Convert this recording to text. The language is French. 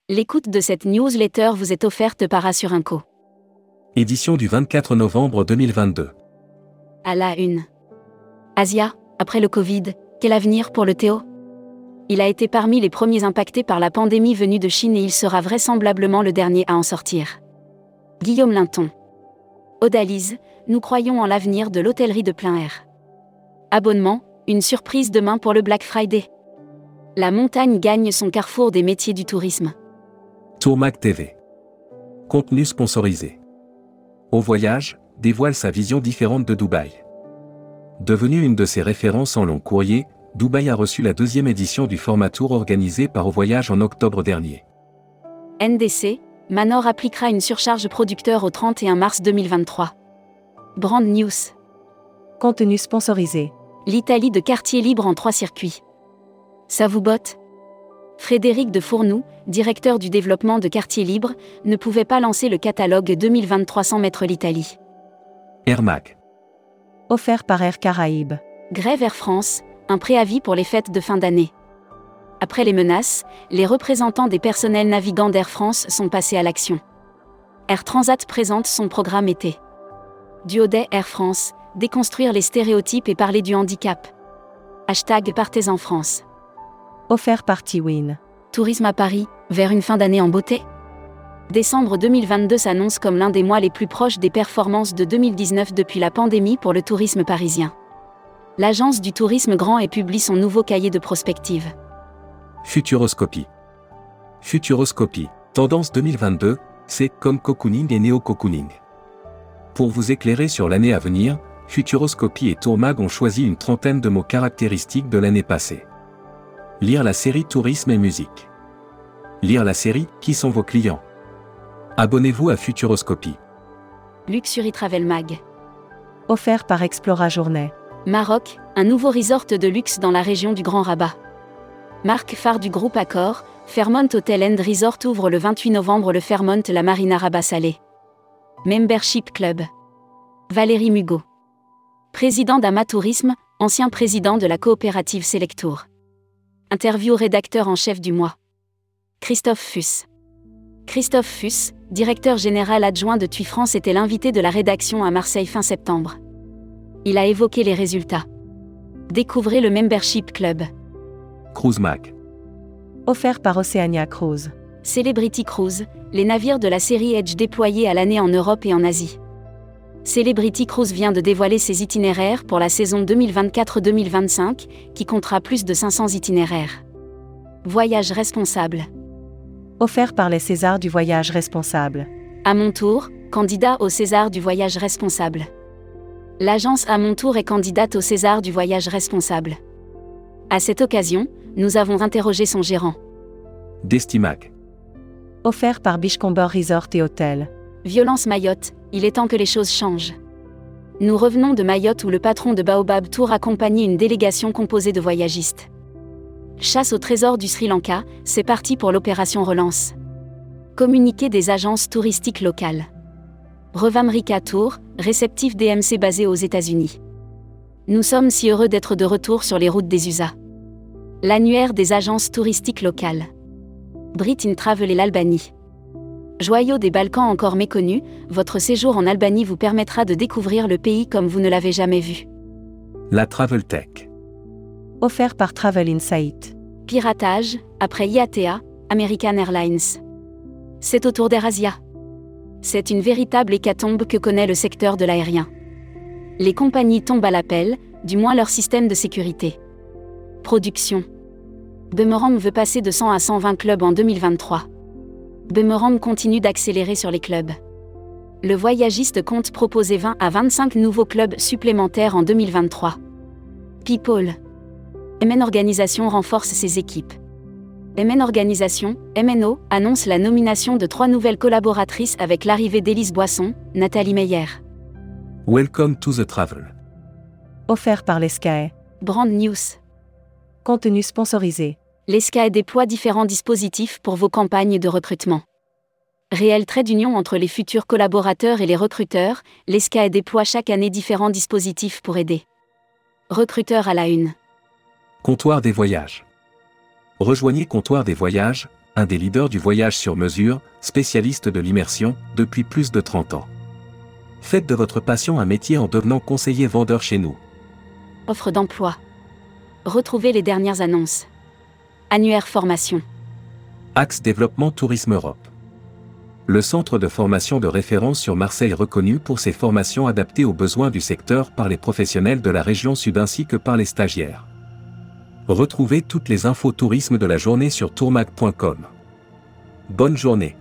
L'écoute de cette newsletter vous est offerte par Assurinco. Édition du 24 novembre 2022. À la une. Asia, après le Covid, quel avenir pour le Théo ? Il a été parmi les premiers impactés par la pandémie venue de Chine et il sera vraisemblablement le dernier à en sortir. Guillaume Linton. Odalise, nous croyons en l'avenir de l'hôtellerie de plein air. Abonnement, une surprise demain pour le Black Friday. La montagne gagne son carrefour des métiers du tourisme. Tourmag TV. Contenu sponsorisé. Au Voyage dévoile sa vision différente de Dubaï. Devenue une de ses références en long courrier, Dubaï a reçu la 2e édition du format tour organisé par Au Voyage en octobre dernier. NDC, Manor appliquera une surcharge producteur au 31 mars 2023. Brand News. Contenu sponsorisé. L'Italie de quartier libre en 3 circuits. Ça vous botte ? Frédéric de Fournoux, directeur du développement de Quartier Libre, ne pouvait pas lancer le catalogue 2023 sans mettre l'Italie. Air Mag. Offert par Air Caraïbes. Grève Air France, un préavis pour les fêtes de fin d'année. Après les menaces, les représentants des personnels navigants d'Air France sont passés à l'action. Air Transat présente son programme été. Duodet Air France, déconstruire les stéréotypes et parler du handicap. #Partez en France. Offert par Tiwin. Tourisme à Paris, vers une fin d'année en beauté ? Décembre 2022 s'annonce comme l'un des mois les plus proches des performances de 2019 depuis la pandémie pour le tourisme parisien. L'agence du tourisme Grand et publie son nouveau cahier de prospective. Futuroscopie. Futuroscopie, tendance 2022, c'est comme cocooning et néo-cocooning. Pour vous éclairer sur l'année à venir, Futuroscopie et Tourmag ont choisi une trentaine de mots caractéristiques de l'année passée. Lire la série Tourisme et musique. Lire la série Qui sont vos clients ? Abonnez-vous à Futuroscopie. Luxury Travel Mag. Offert par Explora Journée. Maroc, un nouveau resort de luxe dans la région du Grand Rabat. Marque phare du groupe Accor, Fairmont Hotel & Resort ouvre le 28 novembre le Fairmont La Marina Rabat Salé. Membership Club. Valérie Mugot. Président d'Ama Tourisme, ancien président de la coopérative Selectour. Interview rédacteur en chef du mois. Christophe Fuss. Christophe Fuss, directeur général adjoint de TUI France, était l'invité de la rédaction à Marseille fin septembre. Il a évoqué les résultats. Découvrez le Membership Club. Cruise Mag. Offert par Oceania Cruise. Celebrity Cruise, les navires de la série Edge déployés à l'année en Europe et en Asie. Celebrity Cruise vient de dévoiler ses itinéraires pour la saison 2024-2025, qui comptera plus de 500 itinéraires. Voyage responsable. Offert par les Césars du voyage responsable. À mon tour, candidat au César du voyage responsable. L'agence À mon tour est candidate au César du voyage responsable. À cette occasion, nous avons interrogé son gérant. Destimag. Offert par Beachcomber Resort et Hôtel. Violence Mayotte, il est temps que les choses changent. Nous revenons de Mayotte où le patron de Baobab Tour accompagnait une délégation composée de voyagistes. Chasse au trésor du Sri Lanka, c'est parti pour l'opération Relance. Communiqué des agences touristiques locales. Revamrica Tour, réceptif DMC basé aux États-Unis. Nous sommes si heureux d'être de retour sur les routes des USA. L'annuaire des agences touristiques locales. Brit in Travel et l'Albanie. Joyau des Balkans encore méconnu, votre séjour en Albanie vous permettra de découvrir le pays comme vous ne l'avez jamais vu. La Travel Tech. Offert par Travel Insight. Piratage, après IATA, American Airlines. C'est au tour d'Air Asia. C'est une véritable hécatombe que connaît le secteur de l'aérien. Les compagnies tombent à l'appel, du moins leur système de sécurité. Production. Boomerang veut passer de 100 à 120 clubs en 2023. Boomerang continue d'accélérer sur les clubs. Le voyagiste compte proposer 20 à 25 nouveaux clubs supplémentaires en 2023. People. MN Organisation renforce ses équipes. MN Organisation, MNO, annonce la nomination de 3 nouvelles collaboratrices avec l'arrivée d'Élise Boisson, Nathalie Meyer. Welcome to the travel. Offert par l'ESCAE. Brand News. Contenu sponsorisé. L'ESCAE déploie différents dispositifs pour vos campagnes de recrutement. Réel trait d'union entre les futurs collaborateurs et les recruteurs, l'ESCAE déploie chaque année différents dispositifs pour aider. Recruteurs à la une. Comptoir des voyages. Rejoignez Comptoir des voyages, un des leaders du voyage sur mesure, spécialiste de l'immersion, depuis plus de 30 ans. Faites de votre passion un métier en devenant conseiller vendeur chez nous. Offre d'emploi. Retrouvez les dernières annonces. Annuaire formation. Axe Développement Tourisme Europe. Le centre de formation de référence sur Marseille reconnu pour ses formations adaptées aux besoins du secteur par les professionnels de la région sud ainsi que par les stagiaires. Retrouvez toutes les infos tourisme de la journée sur tourmag.com. Bonne journée.